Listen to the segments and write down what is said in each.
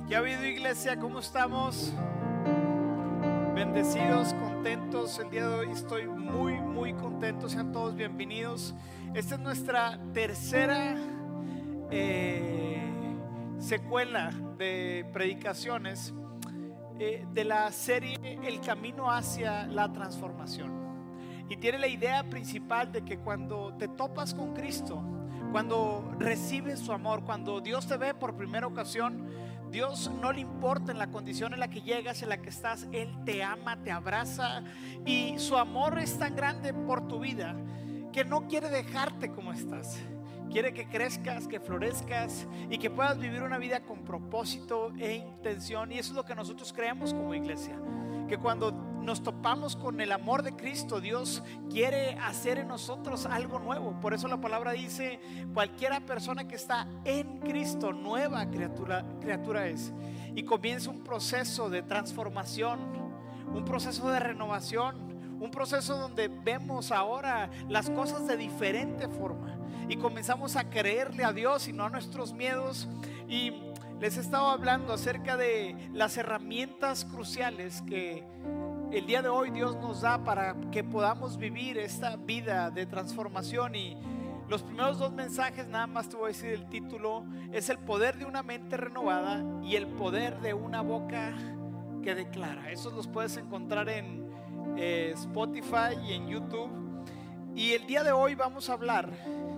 ¿Qué ha habido, iglesia? ¿Cómo estamos? Bendecidos, contentos. El día de hoy estoy muy contento. Sean todos bienvenidos. Esta es nuestra tercera secuela de predicaciones de la serie El Camino hacia la Transformación. Y tiene la idea principal de que cuando te topas con Cristo, cuando recibes su amor, cuando Dios te ve por primera ocasión, Dios no le importa en la condición en la que llegas, en la que estás. Él te ama, te abraza, y su amor es tan grande por tu vida que no quiere dejarte como estás. Quiere que crezcas, que florezcas y que puedas vivir una vida con propósito e intención. Y eso es lo que nosotros creemos como iglesia, que cuando nos topamos con el amor de Cristo, Dios quiere hacer en nosotros algo nuevo. Por eso la palabra dice: cualquiera persona que está en Cristo, nueva criatura es. Y comienza un proceso de transformación, un proceso de renovación, un proceso donde vemos ahora las cosas de diferente forma y comenzamos a creerle a Dios y no a nuestros miedos. Y les he estado hablando acerca de las herramientas cruciales que el día de hoy Dios nos da para que podamos vivir esta vida de transformación. Y los primeros dos mensajes, nada más te voy a decir el título, es el poder de una mente renovada y el poder de una boca que declara. Esos los puedes encontrar en Spotify y en YouTube. Y el día de hoy vamos a hablar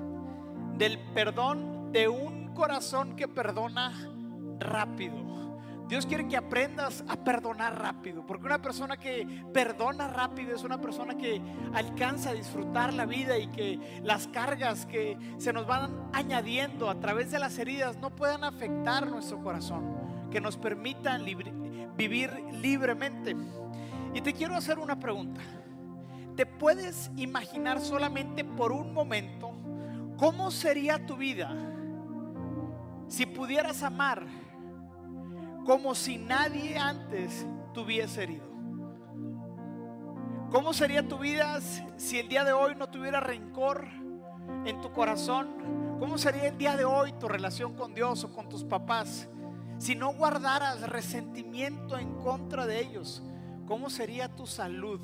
del perdón, de un corazón que perdona rápido. Dios quiere que aprendas a perdonar rápido, porque una persona que perdona rápido es una persona que alcanza a disfrutar la vida y que las cargas que se nos van añadiendo a través de las heridas no puedan afectar nuestro corazón, que nos permitan vivir libremente. Y te quiero hacer una pregunta. ¿Te puedes imaginar solamente por un momento cómo sería tu vida si pudieras amar como si nadie antes te hubiese herido? ¿Cómo sería tu vida si el día de hoy no tuviera rencor en tu corazón? ¿Cómo sería el día de hoy tu relación con Dios o con tus papás si no guardaras resentimiento en contra de ellos? ¿Cómo sería tu salud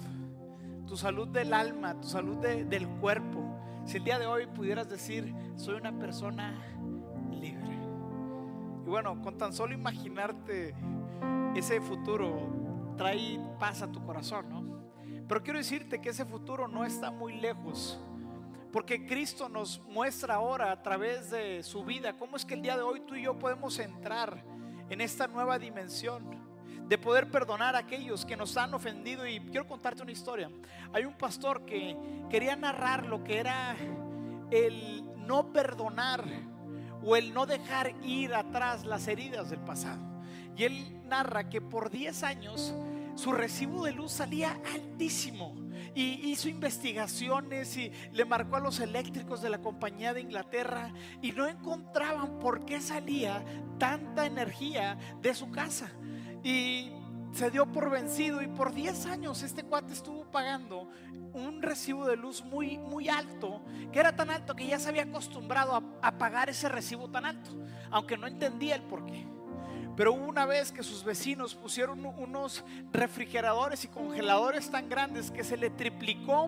del alma, tu salud del cuerpo, si el día de hoy pudieras decir: soy una persona libre? Y bueno, con tan solo imaginarte ese futuro trae paz a tu corazón, ¿no? Pero quiero decirte que ese futuro no está muy lejos, porque Cristo nos muestra ahora a través de su vida cómo es que el día de hoy tú y yo podemos entrar en esta nueva dimensión de poder perdonar a aquellos que nos han ofendido. Y quiero contarte una historia. Hay un pastor que quería narrar lo que era el no perdonar o el no dejar ir atrás las heridas del pasado. Y él narra que por 10 años su recibo de luz salía altísimo, y hizo investigaciones y le marcó a los eléctricos de la compañía de Inglaterra y no encontraban por qué salía tanta energía de su casa. Y se dio por vencido, y por 10 años este cuate estuvo pagando un recibo de luz muy alto, que era tan alto que ya se había acostumbrado a pagar ese recibo tan alto, aunque no entendía el porqué. Pero hubo una vez que sus vecinos pusieron unos refrigeradores y congeladores tan grandes que se le triplicó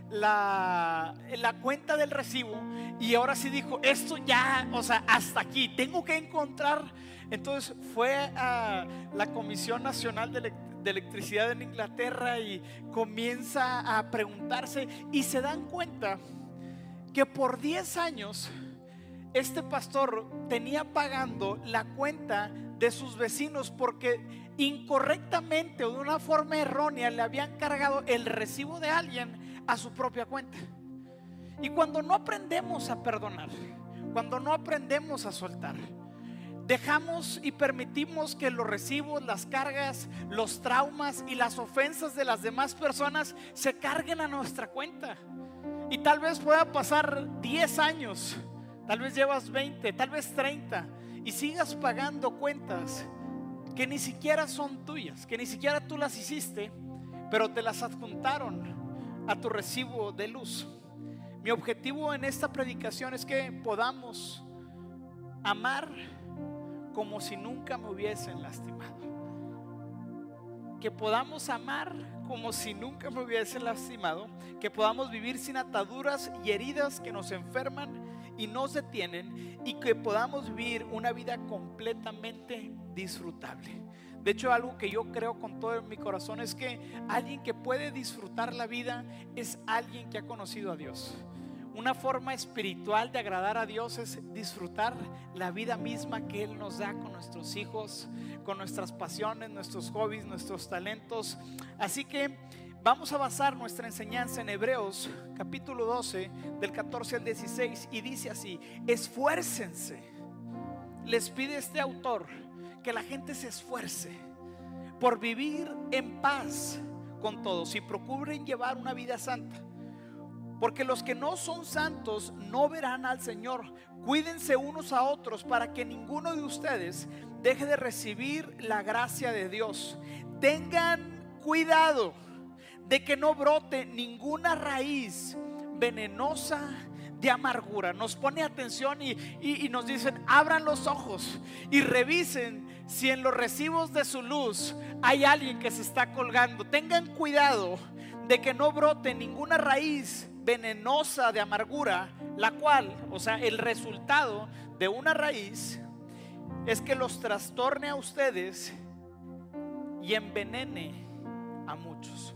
la cuenta del recibo, y ahora sí dijo: esto ya, o sea, hasta aquí, tengo que encontrar. Entonces fue a la Comisión Nacional de Electricidad en Inglaterra y comienza a preguntarse, y se dan cuenta que por 10 años este pastor tenía pagando la cuenta de sus vecinos porque incorrectamente o de una forma errónea le habían cargado el recibo de alguien a su propia cuenta. Y cuando no aprendemos a perdonar, cuando no aprendemos a soltar, dejamos y permitimos que los recibos, las cargas, los traumas y las ofensas de las demás personas se carguen a nuestra cuenta. Y tal vez pueda pasar 10 años, tal vez llevas 20, tal vez 30, y sigas pagando cuentas que ni siquiera son tuyas, que ni siquiera tú las hiciste, pero te las adjuntaron a tu recibo de luz. Mi objetivo en esta predicación es que podamos amar como si nunca me hubiesen lastimado. Que podamos amar como si nunca me hubiesen lastimado. Que podamos vivir sin ataduras y heridas que nos enferman y nos detienen. Y que podamos vivir una vida completamente disfrutable. De hecho, algo que yo creo con todo mi corazón es que alguien que puede disfrutar la vida es alguien que ha conocido a Dios. Una forma espiritual de agradar a Dios es disfrutar la vida misma que Él nos da con nuestros hijos, con nuestras pasiones, nuestros hobbies, nuestros talentos. Así que vamos a basar nuestra enseñanza en Hebreos capítulo 12 del 14 al 16 y dice así: esfuércense. Les pide este autor que la gente se esfuerce por vivir en paz con todos y procuren llevar una vida santa, porque los que no son santos no verán al Señor. Cuídense unos a otros para que ninguno de ustedes deje de recibir la gracia de Dios. Tengan cuidado de que no brote ninguna raíz venenosa de amargura. Nos pone atención y nos dicen: abran los ojos y revisen si en los recibos de su luz hay alguien que se está colgando. Tengan cuidado de que no brote ninguna raíz venenosa de amargura, la cual, o sea, el resultado de una raíz es que los trastorne a ustedes y envenene a muchos.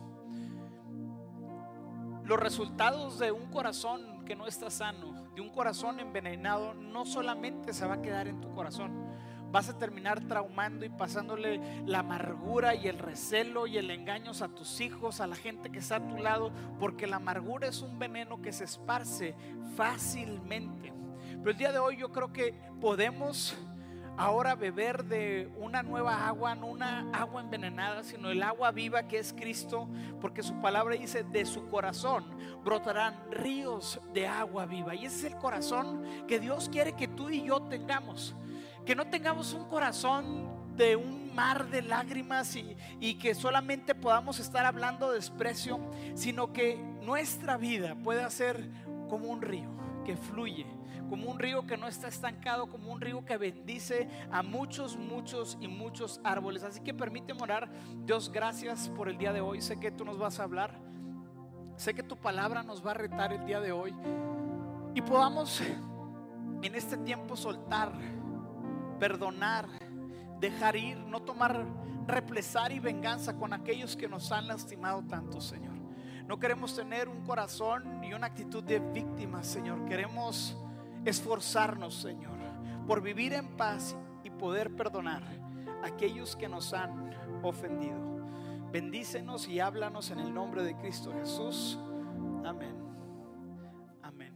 Los resultados de un corazón que no está sano, de un corazón envenenado, no solamente se va a quedar en tu corazón. Vas a terminar traumando y pasándole la amargura y el recelo y el engaño a tus hijos, a la gente que está a tu lado, porque la amargura es un veneno que se esparce fácilmente. Pero el día de hoy yo creo que podemos ahora beber de una nueva agua, no una agua envenenada, sino el agua viva que es Cristo, porque su palabra dice: de su corazón brotarán ríos de agua viva. Y ese es el corazón que Dios quiere que tú y yo tengamos. Que no tengamos un corazón de un mar de lágrimas y que solamente podamos estar hablando de desprecio, sino que nuestra vida pueda ser como un río que fluye, como un río que no está estancado, como un río que bendice a muchos, muchos y muchos árboles. Así que permíteme orar. Dios, gracias por el día de hoy. Sé que tú nos vas a hablar, sé que tu palabra nos va a retar el día de hoy y podamos en este tiempo soltar, perdonar, dejar ir, no tomar represalia y venganza con aquellos que nos han lastimado tanto, Señor. No queremos tener un corazón y una actitud de víctima, Señor. Queremos esforzarnos, Señor, por vivir en paz y poder perdonar a aquellos que nos han ofendido. Bendícenos y háblanos en el nombre de Cristo Jesús. Amén. Amén.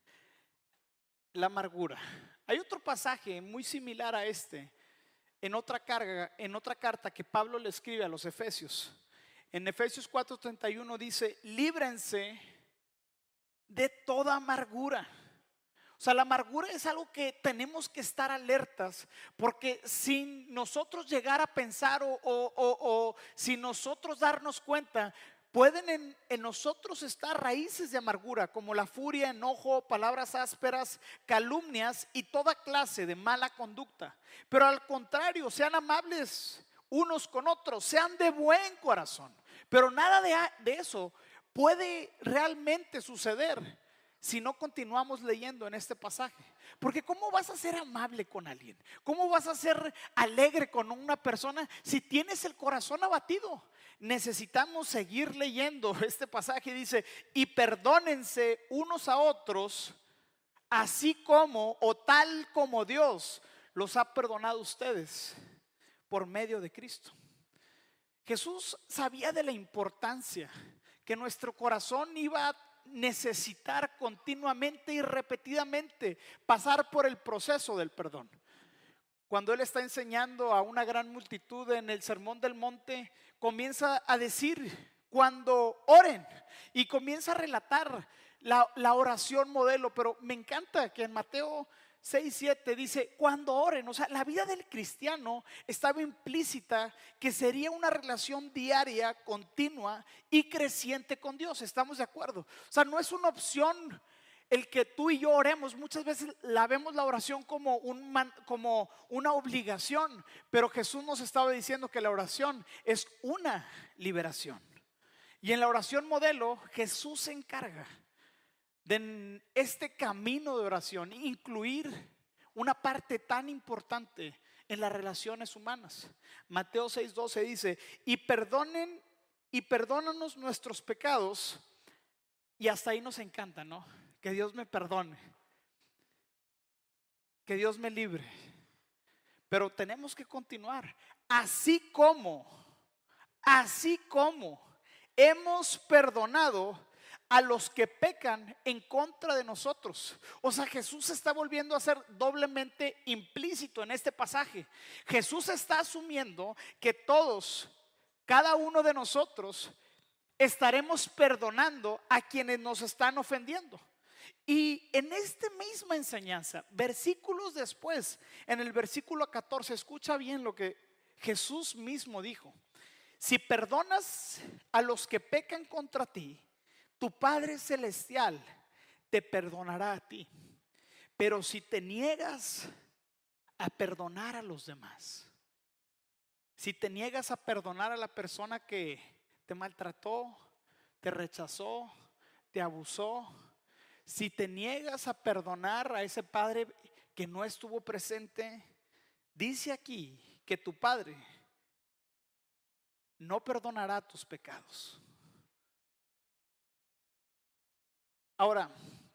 La amargura. Hay otro pasaje muy similar a este en otra carta que Pablo le escribe a los Efesios. En Efesios 4:31 dice: líbrense de toda amargura. O sea, la amargura es algo que tenemos que estar alertas, porque sin nosotros llegar a pensar o sin nosotros darnos cuenta, pueden en nosotros estar raíces de amargura, como la furia, enojo, palabras ásperas, calumnias y toda clase de mala conducta. Pero al contrario, sean amables unos con otros, sean de buen corazón. Pero nada de eso puede realmente suceder si no continuamos leyendo en este pasaje. Porque ¿cómo vas a ser amable con alguien? ¿Cómo vas a ser alegre con una persona si tienes el corazón abatido? Necesitamos seguir leyendo este pasaje. Dice: y perdónense unos a otros, así como o tal como Dios los ha perdonado a ustedes por medio de Cristo. Jesús sabía de la importancia que nuestro corazón iba a necesitar continuamente y repetidamente pasar por el proceso del perdón. Cuando Él está enseñando a una gran multitud en el Sermón del Monte, comienza a decir: cuando oren, y comienza a relatar la oración modelo. Pero me encanta que en Mateo 6:7 dice: cuando oren. O sea, la vida del cristiano estaba implícita que sería una relación diaria, continua y creciente con Dios. ¿Estamos de acuerdo? O sea, no es una opción el que tú y yo oremos, muchas veces la vemos la oración como como una obligación, pero Jesús nos estaba diciendo que la oración es una liberación. Y en la oración modelo, Jesús se encarga de en este camino de oración incluir una parte tan importante en las relaciones humanas. Mateo 6:12 dice: y perdónanos nuestros pecados. Y hasta ahí nos encanta, ¿no? Que Dios me perdone, que Dios me libre. Pero tenemos que continuar. Así como hemos perdonado a los que pecan en contra de nosotros. O sea, Jesús se está volviendo a ser doblemente implícito en este pasaje. Jesús está asumiendo que todos, cada uno de nosotros, estaremos perdonando a quienes nos están ofendiendo. Y en esta misma enseñanza, versículos después, en el versículo 14, escucha bien lo que Jesús mismo dijo: si perdonas a los que pecan contra ti, tu Padre Celestial te perdonará a ti. Pero si te niegas a perdonar a los demás, si te niegas a perdonar a la persona que te maltrató, te rechazó, te abusó, si te niegas a perdonar a ese padre que no estuvo presente, dice aquí que tu Padre no perdonará tus pecados. Ahora,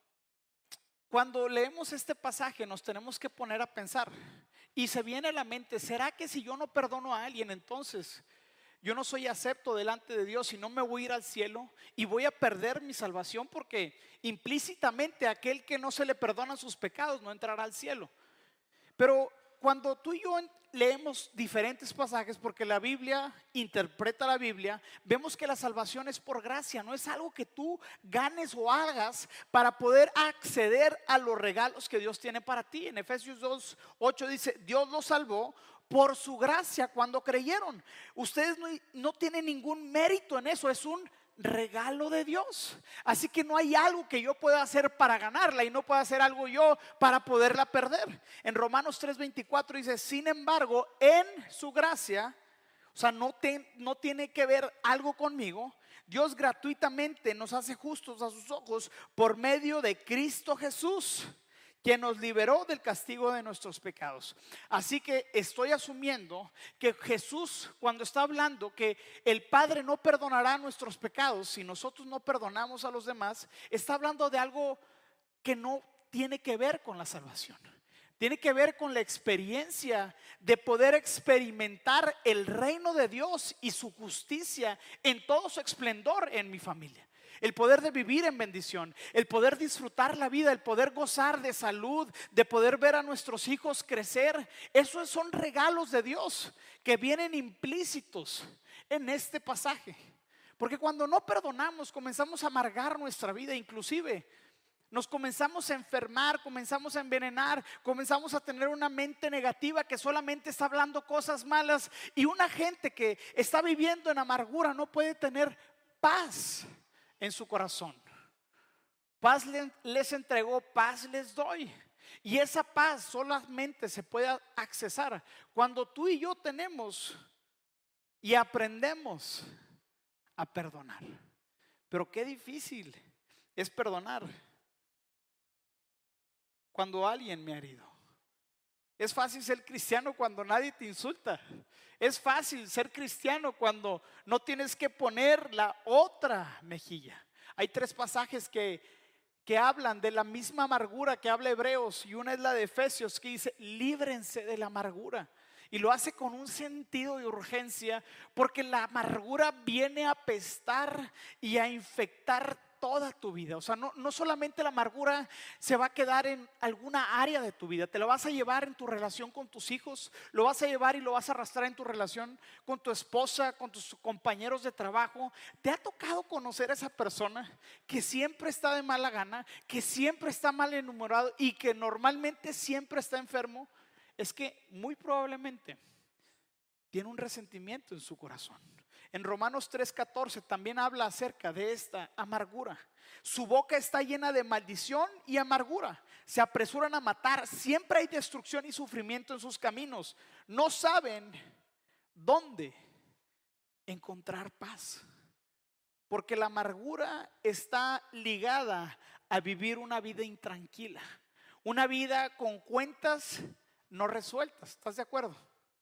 cuando leemos este pasaje nos tenemos que poner a pensar, y se viene a la mente: ¿será que si yo no perdono a alguien, entonces yo no soy acepto delante de Dios y no me voy a ir al cielo y voy a perder mi salvación? Porque implícitamente aquel que no se le perdonan sus pecados no entrará al cielo. Pero cuando tú y yo leemos diferentes pasajes, porque la Biblia interpreta la Biblia, vemos que la salvación es por gracia, no es algo que tú ganes o hagas para poder acceder a los regalos que Dios tiene para ti. En Efesios 2:8 dice: Dios los salvó por su gracia cuando creyeron. Ustedes no tienen ningún mérito en eso, es un regalo de Dios. Así que no hay algo que yo pueda hacer para ganarla, y no puedo hacer algo yo para poderla perder. En Romanos 3:24 dice: sin embargo, en su gracia, o sea, no tiene que ver algo conmigo, Dios gratuitamente nos hace justos a sus ojos por medio de Cristo Jesús, quien nos liberó del castigo de nuestros pecados. Así que estoy asumiendo que Jesús, cuando está hablando que el Padre no perdonará nuestros pecados si nosotros no perdonamos a los demás, está hablando de algo que no tiene que ver con la salvación. Tiene que ver con la experiencia de poder experimentar el reino de Dios y su justicia en todo su esplendor en mi familia. El poder de vivir en bendición, el poder disfrutar la vida, el poder gozar de salud, de poder ver a nuestros hijos crecer. Esos son regalos de Dios que vienen implícitos en este pasaje. Porque cuando no perdonamos, comenzamos a amargar nuestra vida, inclusive nos comenzamos a enfermar, comenzamos a envenenar, comenzamos a tener una mente negativa que solamente está hablando cosas malas. Y una gente que está viviendo en amargura no puede tener paz en su corazón. Paz les entregó, paz les doy. Y esa paz solamente se puede accesar cuando tú y yo tenemos y aprendemos a perdonar. Pero qué difícil es perdonar cuando alguien me ha herido. Es fácil ser cristiano cuando nadie te insulta. Es fácil ser cristiano cuando no tienes que poner la otra mejilla. Hay 3 pasajes que hablan de la misma amargura que habla Hebreos, y una es la de Efesios, que dice: líbrense de la amargura. Y lo hace con un sentido de urgencia, porque la amargura viene a apestar y a infectar toda tu vida. O sea, no solamente la amargura se va a quedar en alguna área de tu vida, te lo vas a llevar en tu relación con tus hijos, lo vas a llevar y lo vas a arrastrar en tu relación con tu esposa, con tus compañeros de trabajo. ¿Te ha tocado conocer a esa persona que siempre está de mala gana, que siempre está malhumorado y que normalmente siempre está enfermo? Es que muy probablemente tiene un resentimiento en su corazón. En Romanos 3:14 también habla acerca de esta amargura. Su boca está llena de maldición y amargura. Se apresuran a matar. Siempre hay destrucción y sufrimiento en sus caminos. No saben dónde encontrar paz. Porque la amargura está ligada a vivir una vida intranquila. Una vida con cuentas no resueltas. ¿Estás de acuerdo?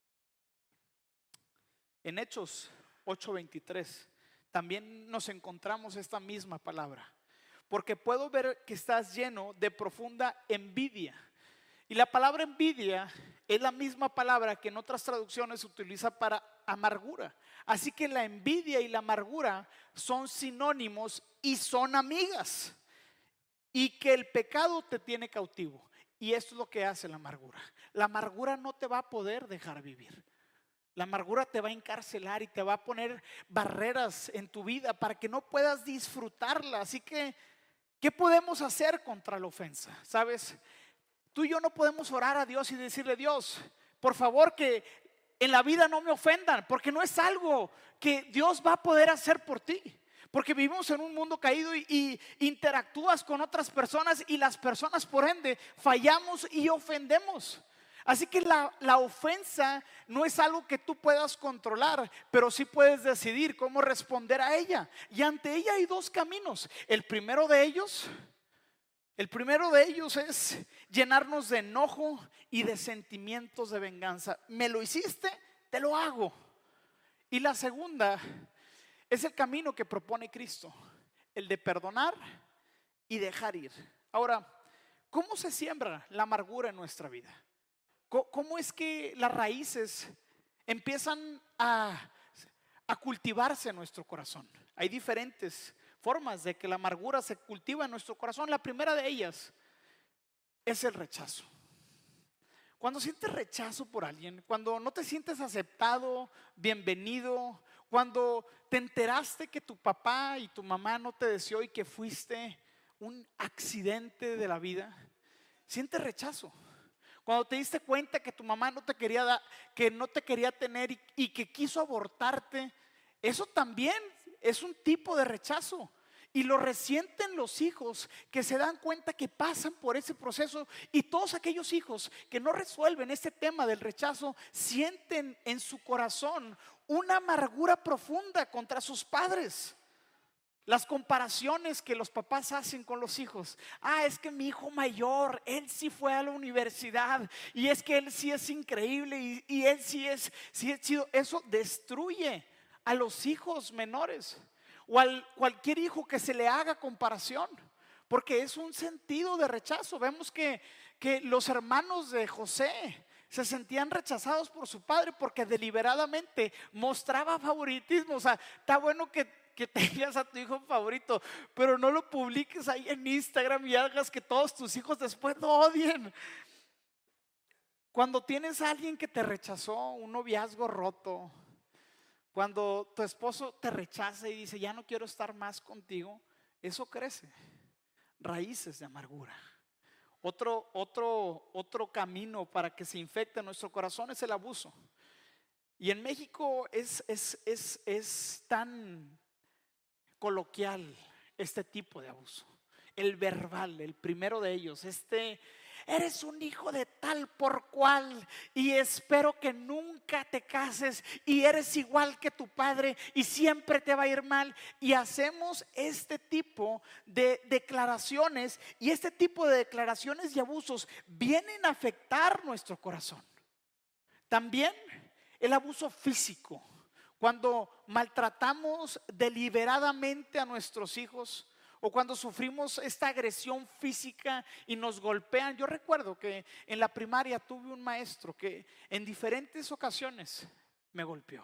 En Hechos 8:23 también nos encontramos esta misma palabra. Porque puedo ver que estás lleno de profunda envidia. Y la palabra envidia es la misma palabra que en otras traducciones se utiliza para amargura. Así que la envidia y la amargura son sinónimos y son amigas. Y que el pecado te tiene cautivo. Y esto es lo que hace la amargura. La amargura no te va a poder dejar vivir. La amargura te va a encarcelar y te va a poner barreras en tu vida para que no puedas disfrutarla. Así que, ¿qué podemos hacer contra la ofensa? ¿Sabes? Tú y yo no podemos orar a Dios y decirle: Dios, por favor, que en la vida no me ofendan, porque no es algo que Dios va a poder hacer por ti. Porque vivimos en un mundo caído y interactúas con otras personas y las personas por ende fallamos y ofendemos. Así que la ofensa no es algo que tú puedas controlar, pero sí puedes decidir cómo responder a ella. Y ante ella hay dos caminos. El primero de ellos es llenarnos de enojo y de sentimientos de venganza. Me lo hiciste, te lo hago. Y la segunda es el camino que propone Cristo, el de perdonar y dejar ir. Ahora, ¿cómo se siembra la amargura en nuestra vida? ¿Cómo es que las raíces empiezan a cultivarse en nuestro corazón? Hay diferentes formas de que la amargura se cultiva en nuestro corazón. La primera de ellas es el rechazo. Cuando sientes rechazo por alguien, cuando no te sientes aceptado, bienvenido, cuando te enteraste que tu papá y tu mamá no te deseó y que fuiste un accidente de la vida, sientes rechazo. Cuando te diste cuenta que tu mamá no te quería que no te quería tener y que quiso abortarte, eso también es un tipo de rechazo. Y lo resienten los hijos que se dan cuenta que pasan por ese proceso. Y todos aquellos hijos que no resuelven este tema del rechazo sienten en su corazón una amargura profunda contra sus padres. Las comparaciones que los papás hacen con los hijos. Es que mi hijo mayor, él sí fue a la universidad, y es que él sí es increíble, y él sí es chido. Eso destruye a los hijos menores o a cualquier hijo que se le haga comparación, porque es un sentido de rechazo. Vemos que los hermanos de José se sentían rechazados por su padre porque deliberadamente mostraba favoritismo. O sea, está bueno que tengas a tu hijo favorito, pero no lo publiques ahí en Instagram y hagas que todos tus hijos después lo odien. Cuando tienes a alguien que te rechazó, un noviazgo roto, cuando tu esposo te rechaza y dice: ya no quiero estar más contigo, eso crece raíces de amargura. Otro camino para que se infecte nuestro corazón es el abuso. Y en México es tan coloquial este tipo de abuso. El verbal, el primero de ellos, eres un hijo de tal por cual y espero que nunca te cases y eres igual que tu padre y siempre te va a ir mal. Y hacemos este tipo de declaraciones, y este tipo de declaraciones y abusos vienen a afectar nuestro corazón. También el abuso físico. Cuando maltratamos deliberadamente a nuestros hijos, o cuando sufrimos esta agresión física y nos golpean. Yo recuerdo que en la primaria tuve un maestro que en diferentes ocasiones me golpeó,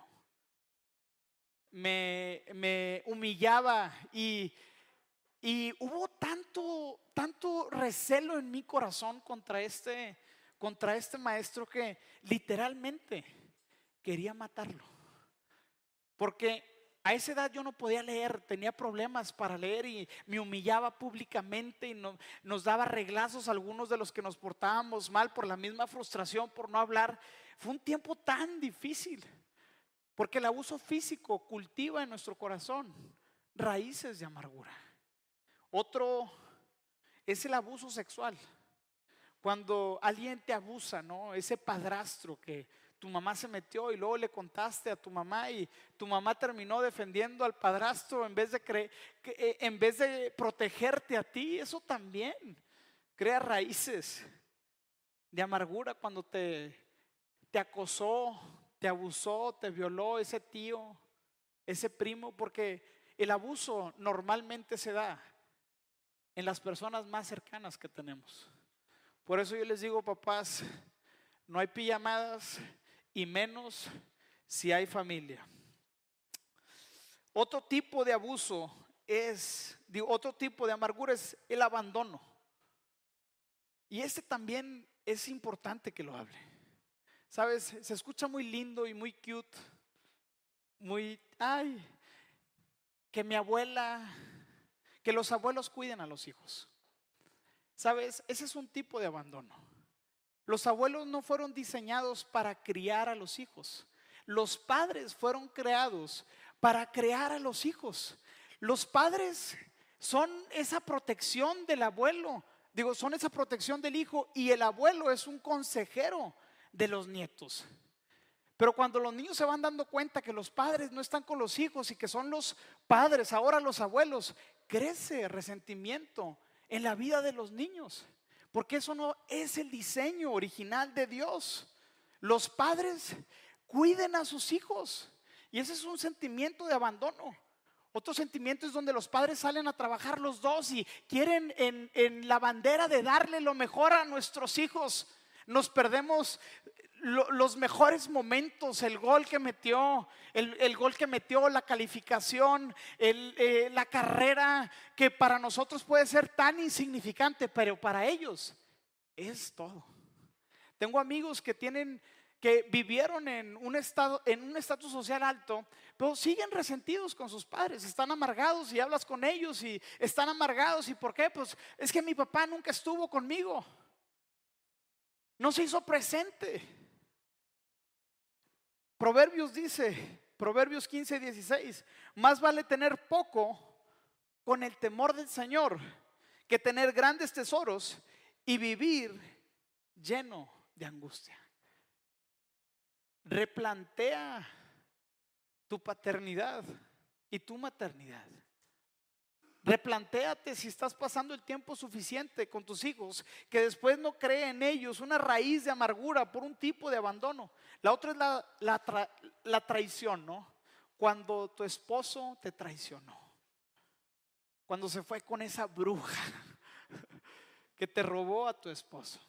me humillaba, y hubo tanto recelo en mi corazón contra este maestro que literalmente quería matarlo. Porque a esa edad yo no podía leer, tenía problemas para leer y me humillaba públicamente y nos daba reglazos a algunos de los que nos portábamos mal por la misma frustración, por no hablar. Fue un tiempo tan difícil. Porque el abuso físico cultiva en nuestro corazón raíces de amargura. Otro es el abuso sexual. Cuando alguien te abusa, ¿no? Ese padrastro que tu mamá se metió y luego le contaste a tu mamá y tu mamá terminó defendiendo al padrastro en vez de protegerte a ti. Eso también crea raíces de amargura cuando te acosó, te abusó, te violó ese tío, ese primo, porque el abuso normalmente se da en las personas más cercanas que tenemos. Por eso yo les digo, papás, no hay pijamadas y menos si hay familia. Otro tipo de abuso otro tipo de amargura es el abandono. Y este también es importante que lo hable. Sabes, se escucha muy lindo y muy cute, que mi abuela, que los abuelos cuiden a los hijos. Sabes, ese es un tipo de abandono. Los abuelos no fueron diseñados para criar a los hijos. Los padres fueron creados para crear a los hijos. Los padres son esa protección del abuelo, son esa protección del hijo, y el abuelo es un consejero de los nietos. Pero cuando los niños se van dando cuenta que los padres no están con los hijos y que son los padres ahora los abuelos, crece resentimiento en la vida de los niños, porque eso no es el diseño original de Dios. Los padres cuiden a sus hijos, y ese es un sentimiento de abandono. Otro sentimiento es donde los padres salen a trabajar los dos y quieren en la bandera de darle lo mejor a nuestros hijos. Nos perdemos los mejores momentos, el gol que metió, la calificación, la carrera, que para nosotros puede ser tan insignificante, pero para ellos es todo. Tengo amigos que vivieron en un estatus social alto, pero siguen resentidos con sus padres, están amargados, y hablas con ellos y están amargados. ¿Y por qué? Pues es que mi papá nunca estuvo conmigo, no se hizo presente. Proverbios 15:16, más vale tener poco con el temor del Señor que tener grandes tesoros y vivir lleno de angustia. Replantea tu paternidad y tu maternidad. Replantéate si estás pasando el tiempo suficiente con tus hijos, que después no cree en ellos una raíz de amargura por un tipo de abandono. La otra es la traición, ¿no? Cuando tu esposo te traicionó, cuando se fue con esa bruja que te robó a tu esposo,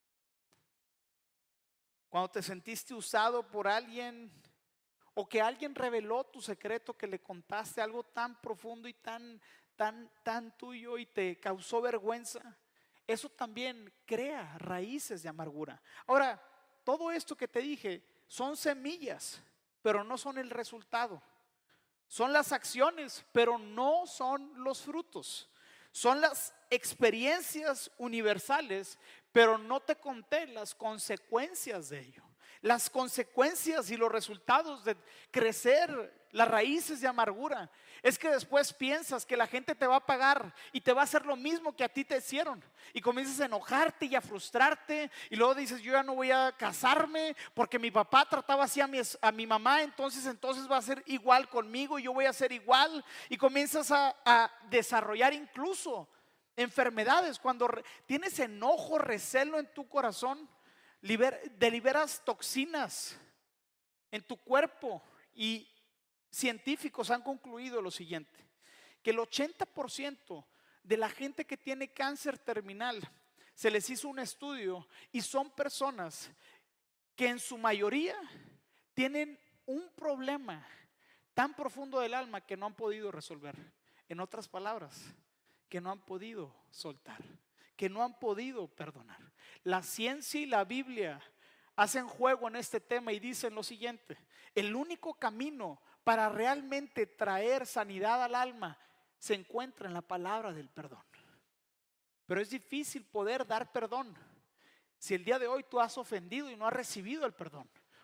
cuando te sentiste usado por alguien, o que alguien reveló tu secreto, que le contaste algo tan profundo y tan tuyo y te causó vergüenza. Eso también crea raíces de amargura. Ahora, todo esto que te dije son semillas, pero no son el resultado. Son las acciones, pero no son los frutos. Son las experiencias universales, pero no te conté las consecuencias de ello. Las consecuencias y los resultados de crecer las raíces de amargura es que después piensas que la gente te va a pagar y te va a hacer lo mismo que a ti te hicieron, y comienzas a enojarte y a frustrarte, y luego dices: yo ya no voy a casarme porque mi papá trataba así a mi mamá, entonces va a ser igual conmigo y yo voy a ser igual, y comienzas a desarrollar incluso enfermedades. Cuando tienes enojo, recelo en tu corazón, deliberas toxinas en tu cuerpo, y científicos han concluido lo siguiente: que el 80% de la gente que tiene cáncer terminal, se les hizo un estudio, y son personas que en su mayoría tienen un problema tan profundo del alma que no han podido resolver. En otras palabras, que no han podido soltar, que no han podido perdonar. La ciencia y la Biblia hacen juego en este tema y dicen lo siguiente: el único camino para realmente traer sanidad al alma se encuentra en la palabra del perdón. Pero es difícil poder dar perdón si el día de hoy tú has ofendido y no has recibido el perdón,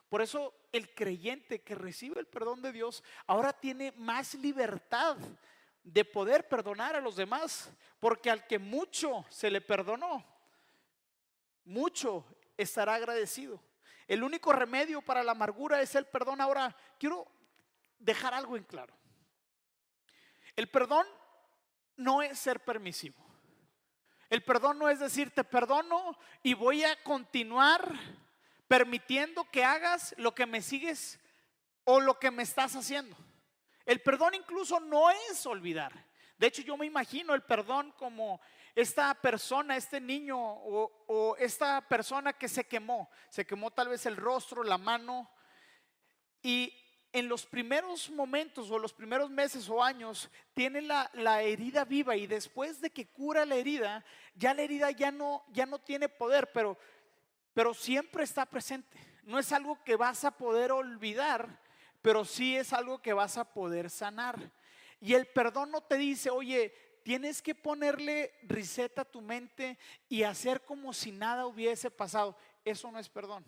Por eso el creyente que recibe el perdón de Dios ahora tiene más libertad de poder perdonar a los demás, porque al que mucho se le perdonó, mucho estará agradecido. El único remedio para la amargura es el perdón. Ahora, quiero dejar algo en claro. El perdón no es ser permisivo. El perdón no es decir, te perdono y voy a continuar permitiendo que hagas lo que me sigues o lo que me estás haciendo. El perdón incluso no es olvidar. De hecho, yo me imagino el perdón como esta persona, este niño o esta persona que se quemó tal vez el rostro, la mano, y en los primeros momentos o los primeros meses o años tiene la herida viva, y después de que cura la herida ya no tiene poder, pero siempre está presente. No es algo que vas a poder olvidar, pero sí es algo que vas a poder sanar. Y el perdón no te dice, oye, tienes que ponerle reset a tu mente y hacer como si nada hubiese pasado. Eso no es perdón.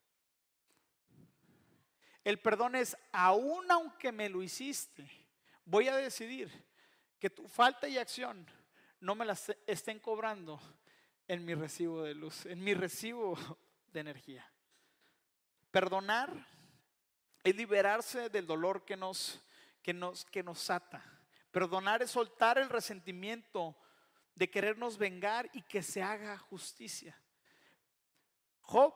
El perdón es, aún aunque me lo hiciste, voy a decidir que tu falta y acción no me las estén cobrando en mi recibo de luz, en mi recibo de energía. Perdonar es liberarse del dolor que nos ata. Perdonar es soltar el resentimiento de querernos vengar y que se haga justicia. Job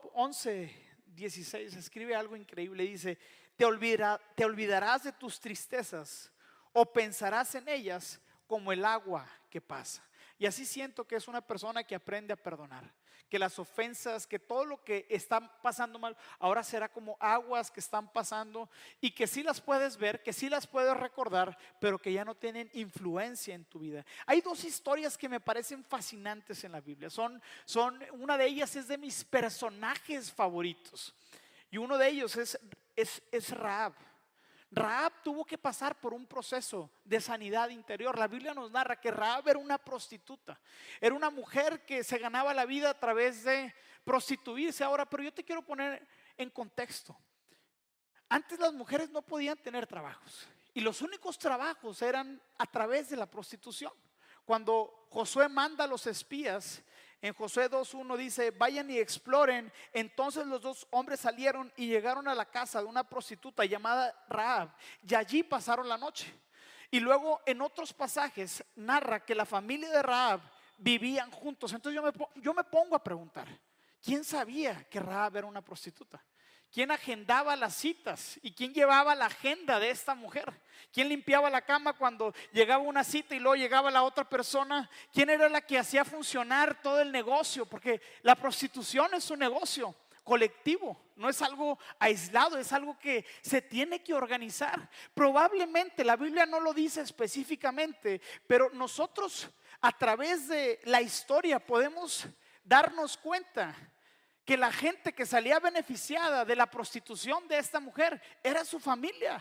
11:16 escribe algo increíble. Dice, te olvidarás de tus tristezas o pensarás en ellas como el agua que pasa. Y así siento que es una persona que aprende a perdonar, que las ofensas, que todo lo que está pasando mal ahora será como aguas que están pasando, y que sí las puedes ver, que sí las puedes recordar, pero que ya no tienen influencia en tu vida. Hay dos historias que me parecen fascinantes en la Biblia. Una de ellas es de mis personajes favoritos, y uno de ellos es Rahab. Rahab tuvo que pasar por un proceso de sanidad interior. La Biblia nos narra que Rahab era una prostituta, era una mujer que se ganaba la vida a través de prostituirse. Ahora, pero yo te quiero poner en contexto. Antes las mujeres no podían tener trabajos, y los únicos trabajos eran a través de la prostitución. Cuando Josué manda a los espías, en Josué 2:1 dice, vayan y exploren. Entonces los dos hombres salieron y llegaron a la casa de una prostituta llamada Rahab, y allí pasaron la noche. Y luego en otros pasajes narra que la familia de Rahab vivían juntos. Entonces yo me pongo a preguntar, ¿quién sabía que Rahab era una prostituta? ¿Quién agendaba las citas? ¿Y quién llevaba la agenda de esta mujer? ¿Quién limpiaba la cama cuando llegaba una cita y luego llegaba la otra persona? ¿Quién era la que hacía funcionar todo el negocio? Porque la prostitución es un negocio colectivo, no es algo aislado, es algo que se tiene que organizar. Probablemente la Biblia no lo dice específicamente, pero nosotros a través de la historia podemos darnos cuenta que la gente que salía beneficiada de la prostitución de esta mujer era su familia,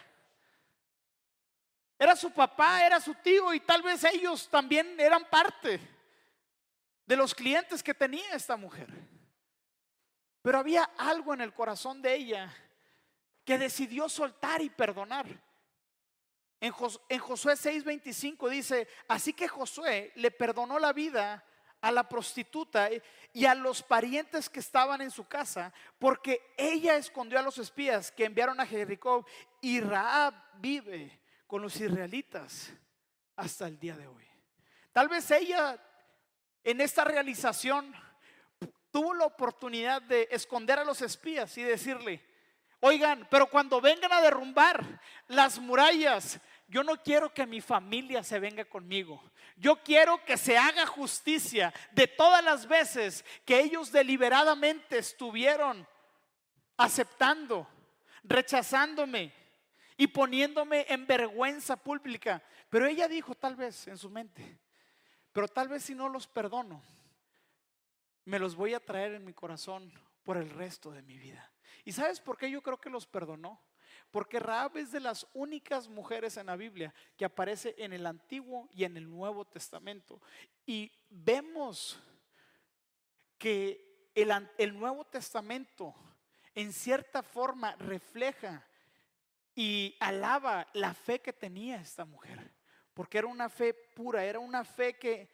era su papá, era su tío, y tal vez ellos también eran parte de los clientes que tenía esta mujer. Pero había algo en el corazón de ella que decidió soltar y perdonar. En Josué 6:25 dice, así que Josué le perdonó la vida a la prostituta y a los parientes que estaban en su casa, porque ella escondió a los espías que enviaron a Jericó, y Rahab vive con los israelitas hasta el día de hoy. Tal vez ella en esta realización tuvo la oportunidad de esconder a los espías y decirle, oigan, pero cuando vengan a derrumbar las murallas, yo no quiero que mi familia se venga conmigo. Yo quiero que se haga justicia de todas las veces que ellos deliberadamente estuvieron aceptando, rechazándome y poniéndome en vergüenza pública. Pero ella dijo tal vez en su mente, pero tal vez si no los perdono, me los voy a traer en mi corazón por el resto de mi vida. ¿Y sabes por qué yo creo que los perdonó? Porque Rahab es de las únicas mujeres en la Biblia que aparece en el Antiguo y en el Nuevo Testamento. Y vemos que el Nuevo Testamento en cierta forma refleja y alaba la fe que tenía esta mujer, porque era una fe pura, era una fe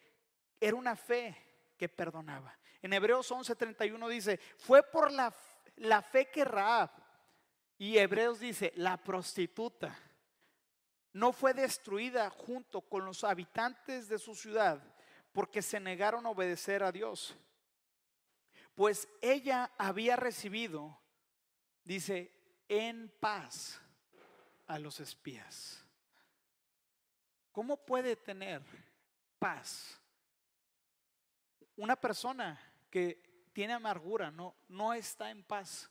que perdonaba. En Hebreos 11:31 dice, fue por la fe que Rahab, y Hebreos dice, la prostituta, no fue destruida junto con los habitantes de su ciudad, porque se negaron a obedecer a Dios. Pues ella había recibido, dice, en paz a los espías. ¿Cómo puede tener paz una persona que tiene amargura? No está en paz.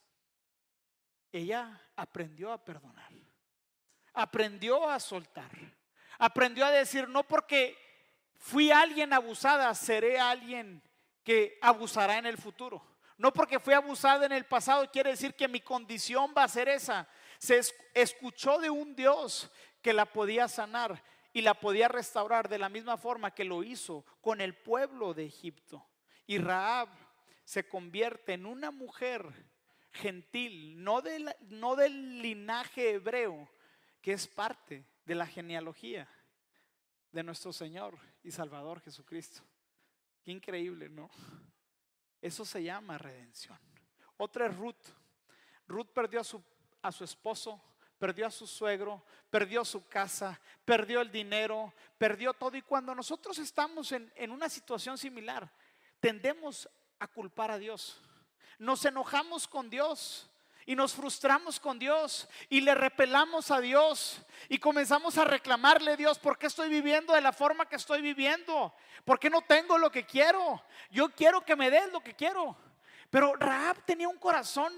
Ella aprendió a perdonar, aprendió a soltar, aprendió a decir, no porque fui alguien abusada, seré alguien que abusará en el futuro. No porque fui abusada en el pasado quiere decir que mi condición va a ser esa. Se escuchó de un Dios que la podía sanar y la podía restaurar de la misma forma que lo hizo con el pueblo de Egipto. Y Rahab se convierte en una mujer gentil, no del linaje hebreo, que es parte de la genealogía de nuestro Señor y Salvador Jesucristo. Qué increíble, ¿no? Eso se llama redención. Otra es Ruth. Ruth perdió a su esposo, perdió a su suegro, perdió su casa, perdió el dinero, perdió todo. Y cuando nosotros estamos en una situación similar, tendemos a culpar a Dios. Nos enojamos con Dios y nos frustramos con Dios y le repelamos a Dios y comenzamos a reclamarle a Dios, ¿por qué estoy viviendo de la forma que estoy viviendo? ¿Por qué no tengo lo que quiero? Yo quiero que me des lo que quiero. Pero Ruth tenía un corazón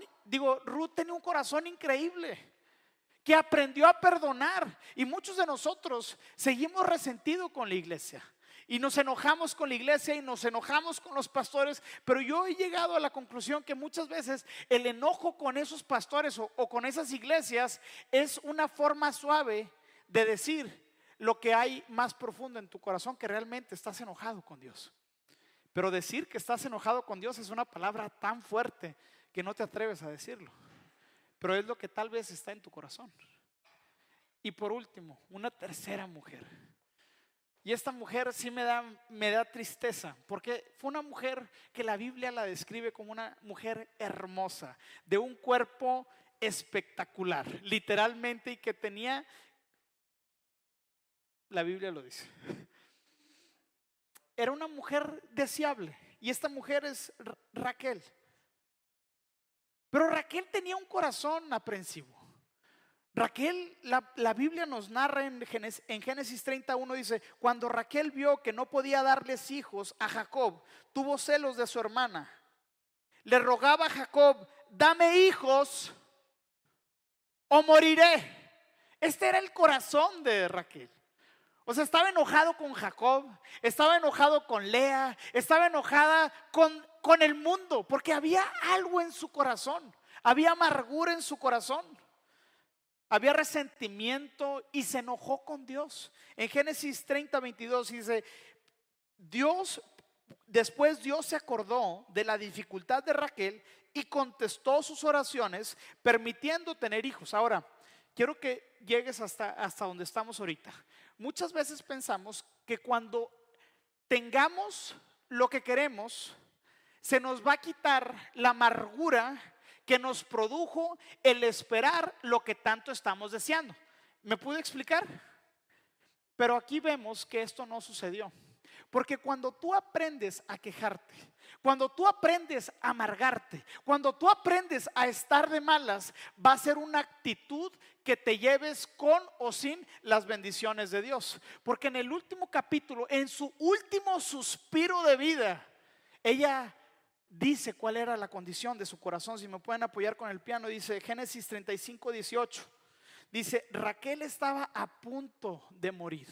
increíble, que aprendió a perdonar. Y muchos de nosotros seguimos resentidos con la iglesia y nos enojamos con la iglesia y nos enojamos con los pastores. Pero yo he llegado a la conclusión que muchas veces el enojo con esos pastores o con esas iglesias es una forma suave de decir lo que hay más profundo en tu corazón, que realmente estás enojado con Dios. Pero decir que estás enojado con Dios es una palabra tan fuerte que no te atreves a decirlo, pero es lo que tal vez está en tu corazón. Y por último, una tercera mujer. Y esta mujer sí me da tristeza, porque fue una mujer que la Biblia la describe como una mujer hermosa, de un cuerpo espectacular, literalmente, y que tenía, la Biblia lo dice, era una mujer deseable. Y esta mujer es Raquel. Pero Raquel tenía un corazón aprensivo. Raquel, la Biblia nos narra en Génesis 31, dice, cuando Raquel vio que no podía darles hijos a Jacob, tuvo celos de su hermana. Le rogaba a Jacob, dame hijos o moriré. Este era el corazón de Raquel. O sea, estaba enojado con Jacob, estaba enojado con Lea, estaba enojada con el mundo, porque había algo en su corazón, había amargura en su corazón. Había resentimiento y se enojó con Dios. En Génesis 30:22 dice, después Dios se acordó de la dificultad de Raquel y contestó sus oraciones, permitiendo tener hijos. Ahora, quiero que llegues hasta donde estamos ahorita. Muchas veces pensamos que cuando tengamos lo que queremos, se nos va a quitar la amargura que nos produjo el esperar lo que tanto estamos deseando. ¿Me pude explicar? Pero aquí vemos que esto no sucedió. Porque cuando tú aprendes a quejarte, cuando tú aprendes a amargarte, cuando tú aprendes a estar de malas, va a ser una actitud que te lleves con o sin las bendiciones de Dios. Porque en el último capítulo, en su último suspiro de vida, ella dice cuál era la condición de su corazón. Si me pueden apoyar con el piano, dice Génesis 35:18. Dice, Raquel estaba a punto de morir,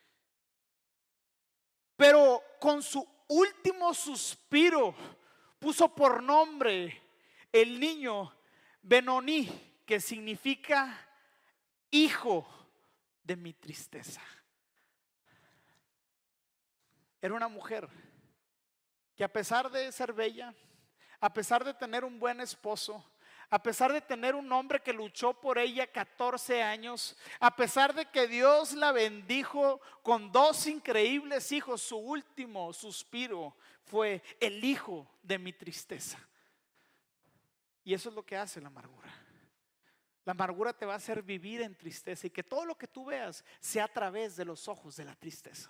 pero con su último suspiro puso por nombre el niño Benoní, que significa hijo de mi tristeza. Era una mujer que, a pesar de ser bella, a pesar de tener un buen esposo, a pesar de tener un hombre que luchó por ella 14 años, a pesar de que Dios la bendijo con 2 increíbles hijos, su último suspiro fue: el hijo de mi tristeza. Y eso es lo que hace la amargura. La amargura te va a hacer vivir en tristeza y que todo lo que tú veas sea a través de los ojos de la tristeza.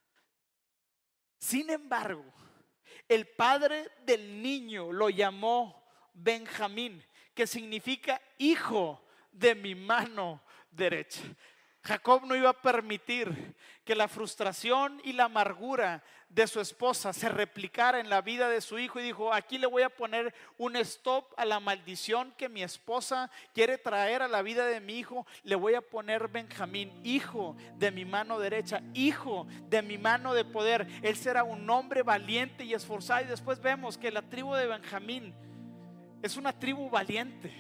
Sin embargo, el padre del niño lo llamó Benjamín, que significa hijo de mi mano derecha. Jacob no iba a permitir que la frustración y la amargura de su esposa se replicara en la vida de su hijo, y dijo: aquí le voy a poner un stop a la maldición que mi esposa quiere traer a la vida de mi hijo. Le voy a poner Benjamín, hijo de mi mano derecha, hijo de mi mano de poder. Él será un hombre valiente y esforzado. Y después vemos que la tribu de Benjamín es una tribu valiente.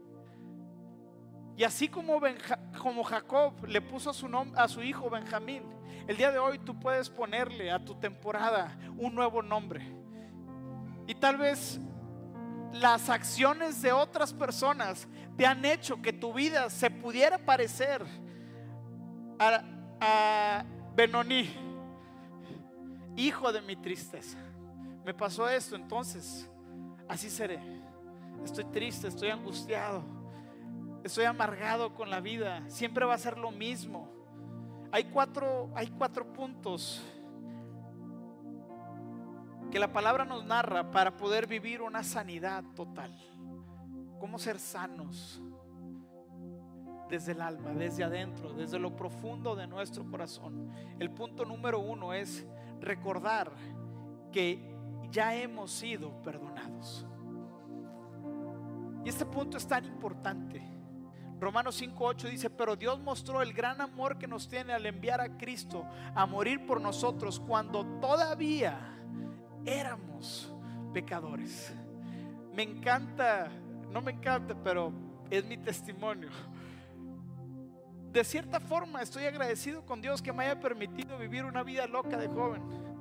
Y así como Jacob le puso a su hijo Benjamín, el día de hoy tú puedes ponerle a tu temporada un nuevo nombre. Y tal vez las acciones de otras personas te han hecho que tu vida se pudiera parecer a Benoni, hijo de mi tristeza. Me pasó esto, entonces así seré. Estoy triste, estoy angustiado, estoy amargado con la vida. Siempre va a ser lo mismo. Hay cuatro puntos que la palabra nos narra para poder vivir una sanidad total. Cómo ser sanos desde el alma, desde adentro, desde lo profundo de nuestro corazón. El punto número 1 es recordar que ya hemos sido perdonados. Y este punto es tan importante. Romanos 5:8 dice: pero Dios mostró el gran amor que nos tiene al enviar a Cristo a morir por nosotros cuando todavía éramos pecadores. Me encanta, no me encanta, pero es mi testimonio. De cierta forma estoy agradecido con Dios que me haya permitido vivir una vida loca de joven,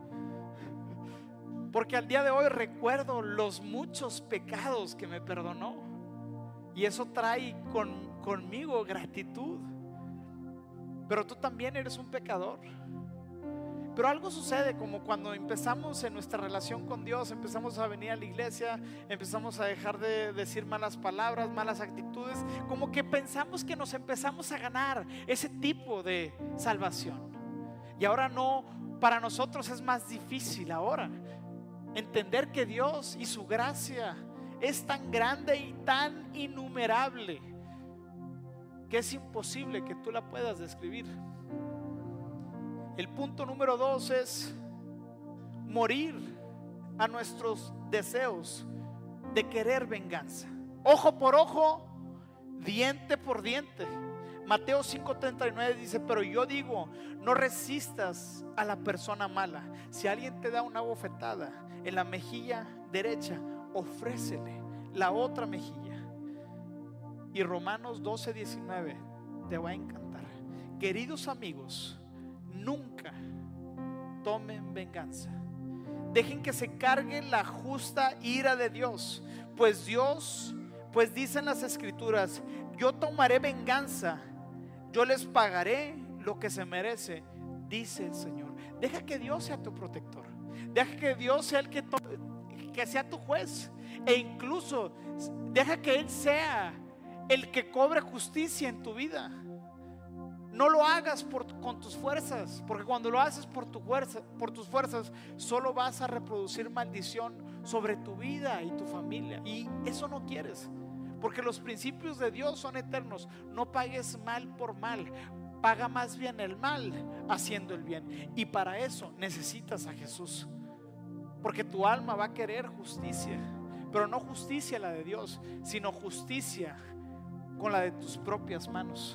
porque al día de hoy recuerdo los muchos pecados que me perdonó. Y eso trae conmigo gratitud. Pero tú también eres un pecador. Pero algo sucede, como cuando empezamos en nuestra relación con Dios, empezamos a venir a la iglesia, empezamos a dejar de decir malas palabras, malas actitudes, como que pensamos que nos empezamos a ganar ese tipo de salvación. Y ahora no, para nosotros es más difícil ahora entender que Dios y su gracia es tan grande y tan innumerable que es imposible que tú la puedas describir. El punto número 2 es morir a nuestros deseos de querer venganza. Ojo por ojo, diente por diente. Mateo 5:39 dice: pero yo digo, no resistas a la persona mala. Si alguien te da una bofetada en la mejilla derecha, ofrécele la otra mejilla. Y Romanos 12:19 te va a encantar. Queridos amigos, nunca tomen venganza. Dejen que se cargue la justa ira de Dios, pues dicen las escrituras: yo tomaré venganza, yo les pagaré lo que se merece, dice el Señor. Deja que Dios sea tu protector. Deja que Dios sea el que sea tu juez. E incluso deja que Él sea el que cobre justicia en tu vida. No lo hagas con tus fuerzas, porque cuando lo haces por tus fuerzas, solo vas a reproducir maldición sobre tu vida y tu familia. Y eso no quieres, porque los principios de Dios son eternos. No pagues mal por mal, paga más bien el mal haciendo el bien. Y para eso necesitas a Jesús, porque tu alma va a querer justicia, pero no justicia la de Dios, sino justicia con la de tus propias manos.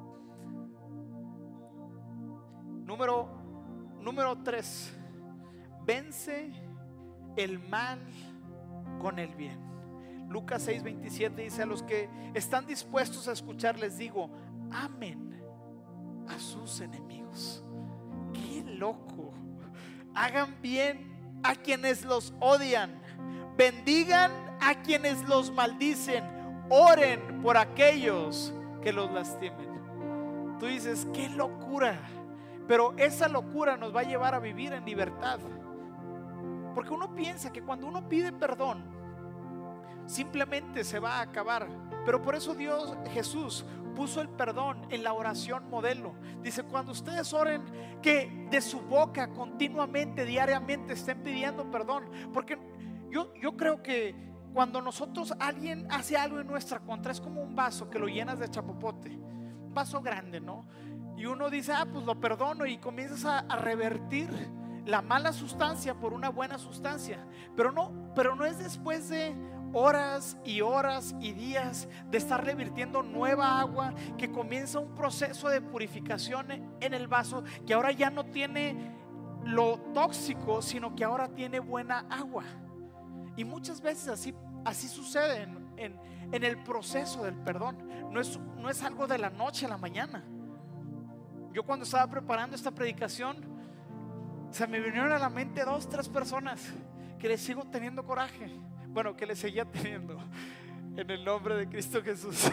Número 3, vence el mal con el bien. Lucas 6:27 dice: a los que están dispuestos a escuchar les digo, amen a sus enemigos. ¡Qué loco! Hagan bien a quienes los odian, bendigan a quienes los maldicen, oren por aquellos que los lastimen. Tú dices, qué locura, pero esa locura nos va a llevar a vivir en libertad. Porque uno piensa que cuando uno pide perdón, simplemente se va a acabar. Pero por eso Jesús puso el perdón en la oración modelo. Dice, cuando ustedes oren, que de su boca continuamente, diariamente estén pidiendo perdón. Porque yo creo que cuando alguien hace algo en nuestra contra, es como un vaso que lo llenas de chapopote, un vaso grande, ¿no? Y uno dice, pues lo perdono, y comienzas a revertir la mala sustancia por una buena sustancia. Pero no es después de horas y horas y días de estar revirtiendo nueva agua, que comienza un proceso de purificación en el vaso, que ahora ya no tiene lo tóxico, sino que ahora tiene buena agua. Y muchas veces así sucede en el proceso del perdón. No es algo de la noche a la mañana. Yo cuando estaba preparando esta predicación, se me vinieron a la mente 2, 3 personas que les sigo teniendo coraje. Bueno, que les seguía teniendo, en el nombre de Cristo Jesús.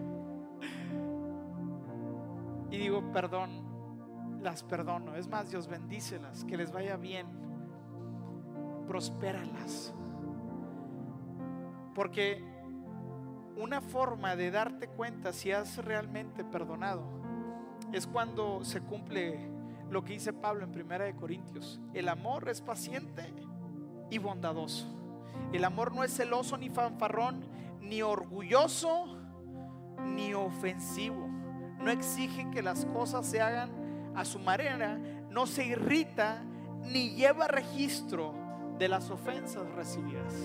Y digo, las perdono. Es más, Dios bendícelas, que les vaya bien, prospéralas. Porque una forma de darte cuenta si has realmente perdonado es cuando se cumple lo que dice Pablo en 1 Corintios: el amor es paciente y bondadoso. El amor no es celoso ni fanfarrón, ni orgulloso, ni ofensivo. No exige que las cosas se hagan a su manera, no se irrita, ni lleva registro de las ofensas recibidas.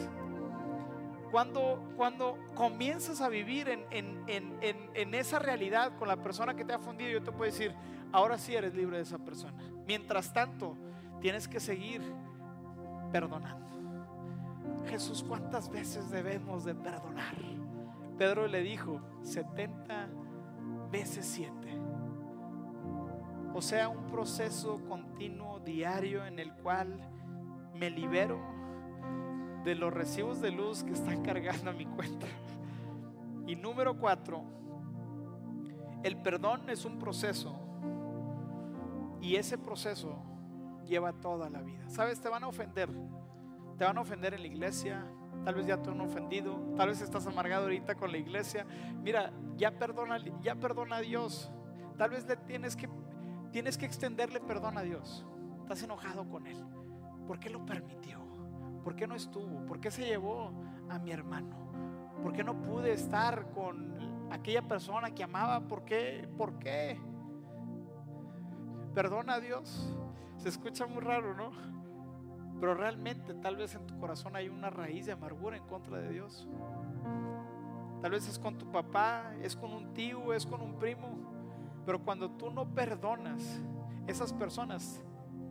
Cuando comienzas a vivir en esa realidad con la persona que te ha fundido, yo te puedo decir, ahora sí eres libre de esa persona. Mientras tanto, tienes que seguir perdonando. Jesús, ¿cuántas veces debemos de perdonar? Pedro le dijo 70 veces 7. O sea, un proceso continuo, diario, en el cual me libero de los recibos de luz que están cargando a mi cuenta. Y número 4, el perdón es un proceso, y ese proceso lleva toda la vida. ¿Sabes? Te van a ofender en la iglesia. Tal vez ya te han ofendido, tal vez estás amargado ahorita con la iglesia. Mira, ya perdona a Dios. Tal vez tienes que extenderle perdón a Dios. Estás enojado con Él. ¿Por qué lo permitió? ¿Por qué no estuvo? ¿Por qué se llevó a mi hermano? ¿Por qué no pude estar con aquella persona que amaba? ¿Por qué? Perdona a Dios. Se escucha muy raro, ¿no? Pero realmente tal vez en tu corazón hay una raíz de amargura en contra de Dios. Tal vez es con tu papá, es con un tío, es con un primo. Pero cuando tú no perdonas, esas personas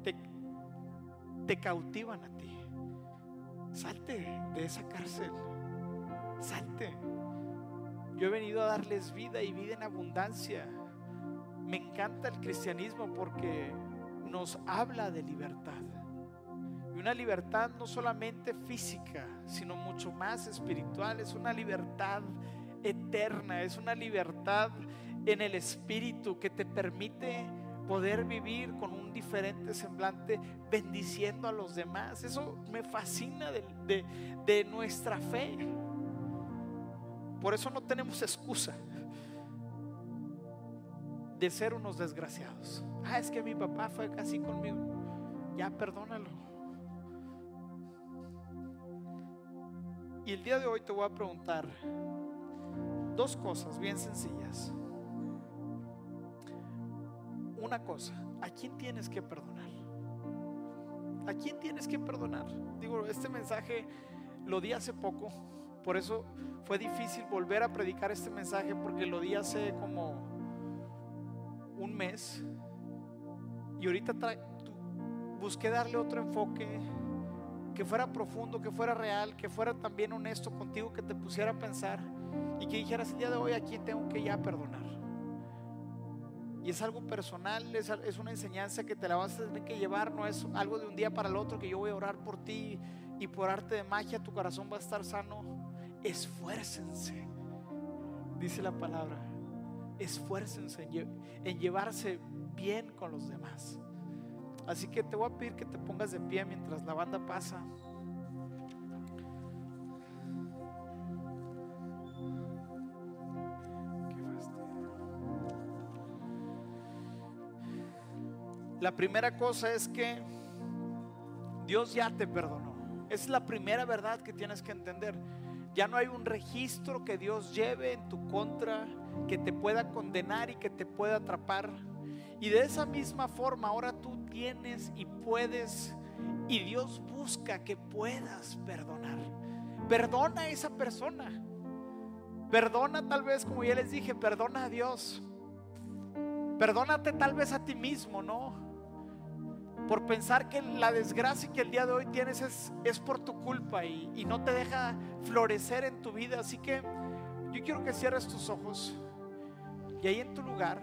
te cautivan a ti. Salte de esa cárcel. Salte. Yo he venido a darles vida, y vida en abundancia. Me encanta el cristianismo porque nos habla de libertad. Y una libertad no solamente física, sino mucho más espiritual. Es una libertad eterna, es una libertad en el espíritu que te permite poder vivir con un diferente semblante, bendiciendo a los demás. Eso me fascina de nuestra fe. Por eso no tenemos excusa de ser unos desgraciados. Es que mi papá fue así conmigo. Ya perdónalo. Y el día de hoy te voy a preguntar 2 cosas bien sencillas. Una cosa: ¿a quién tienes que perdonar? ¿A quién tienes que perdonar? Digo, este mensaje lo di hace poco, por eso fue difícil volver a predicar este mensaje, porque lo di hace como un mes. Y ahorita busqué darle otro enfoque, que fuera profundo, que fuera real, que fuera también honesto contigo, que te pusiera a pensar y que dijeras el día de hoy: ¿a quién tengo que ya perdonar? Y es algo personal, es una enseñanza que te la vas a tener que llevar. No es algo de un día para el otro que yo voy a orar por ti y por arte de magia tu corazón va a estar sano. Esfuércense dice la palabra, esfuércense en llevarse bien con los demás. Así que te voy a pedir que te pongas de pie mientras la banda pasa. La primera cosa es que Dios ya te perdonó. Es la primera verdad que tienes que entender. Ya no hay un registro que Dios lleve en tu contra que te pueda condenar y que te pueda atrapar. Y de esa misma forma ahora tú tienes y puedes, y Dios busca que puedas perdonar. Perdona a esa persona. Perdona, tal vez, como ya les dije, perdona a Dios. Perdónate tal vez a ti mismo, ¿no? Por pensar que la desgracia que el día de hoy tienes es por tu culpa y no te deja florecer en tu vida. Así que yo quiero que cierres tus ojos y ahí en tu lugar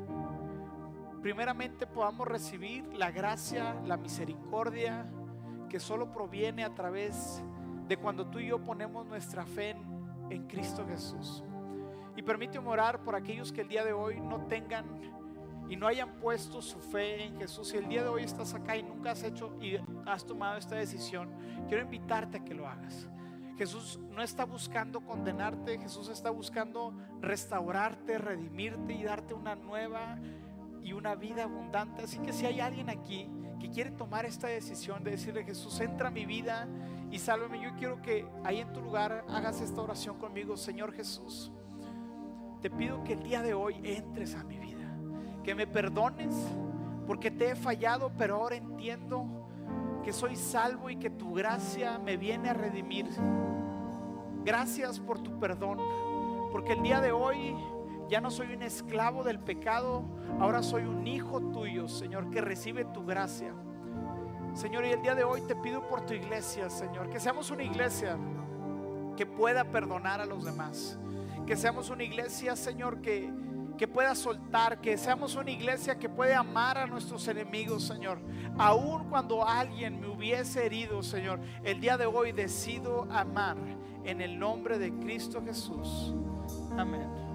primeramente podamos recibir la gracia, la misericordia que solo proviene a través de cuando tú y yo ponemos nuestra fe en Cristo Jesús. Y permíteme orar por aquellos que el día de hoy no tengan y no hayan puesto su fe en Jesús. Si el día de hoy estás acá y nunca has hecho y has tomado esta decisión, quiero invitarte a que lo hagas. Jesús no está buscando condenarte, Jesús está buscando restaurarte, redimirte y darte una nueva y una vida abundante. Así que si hay alguien aquí que quiere tomar esta decisión de decirle: Jesús, entra a mi vida y sálvame, yo quiero que ahí en tu lugar hagas esta oración conmigo. Señor Jesús, te pido que el día de hoy entres a mi vida, que me perdones porque te he fallado, pero ahora entiendo que soy salvo y que tu gracia me viene a redimir. Gracias por tu perdón, porque el día de hoy ya no soy un esclavo del pecado, ahora soy un hijo tuyo, Señor, que recibe tu gracia. Señor, y el día de hoy te pido por tu iglesia, Señor, que seamos una iglesia que pueda perdonar a los demás, que seamos una iglesia, Señor, que pueda soltar, que seamos una iglesia que puede amar a nuestros enemigos, Señor. Aun cuando alguien me hubiese herido, Señor, el día de hoy decido amar en el nombre de Cristo Jesús. Amén.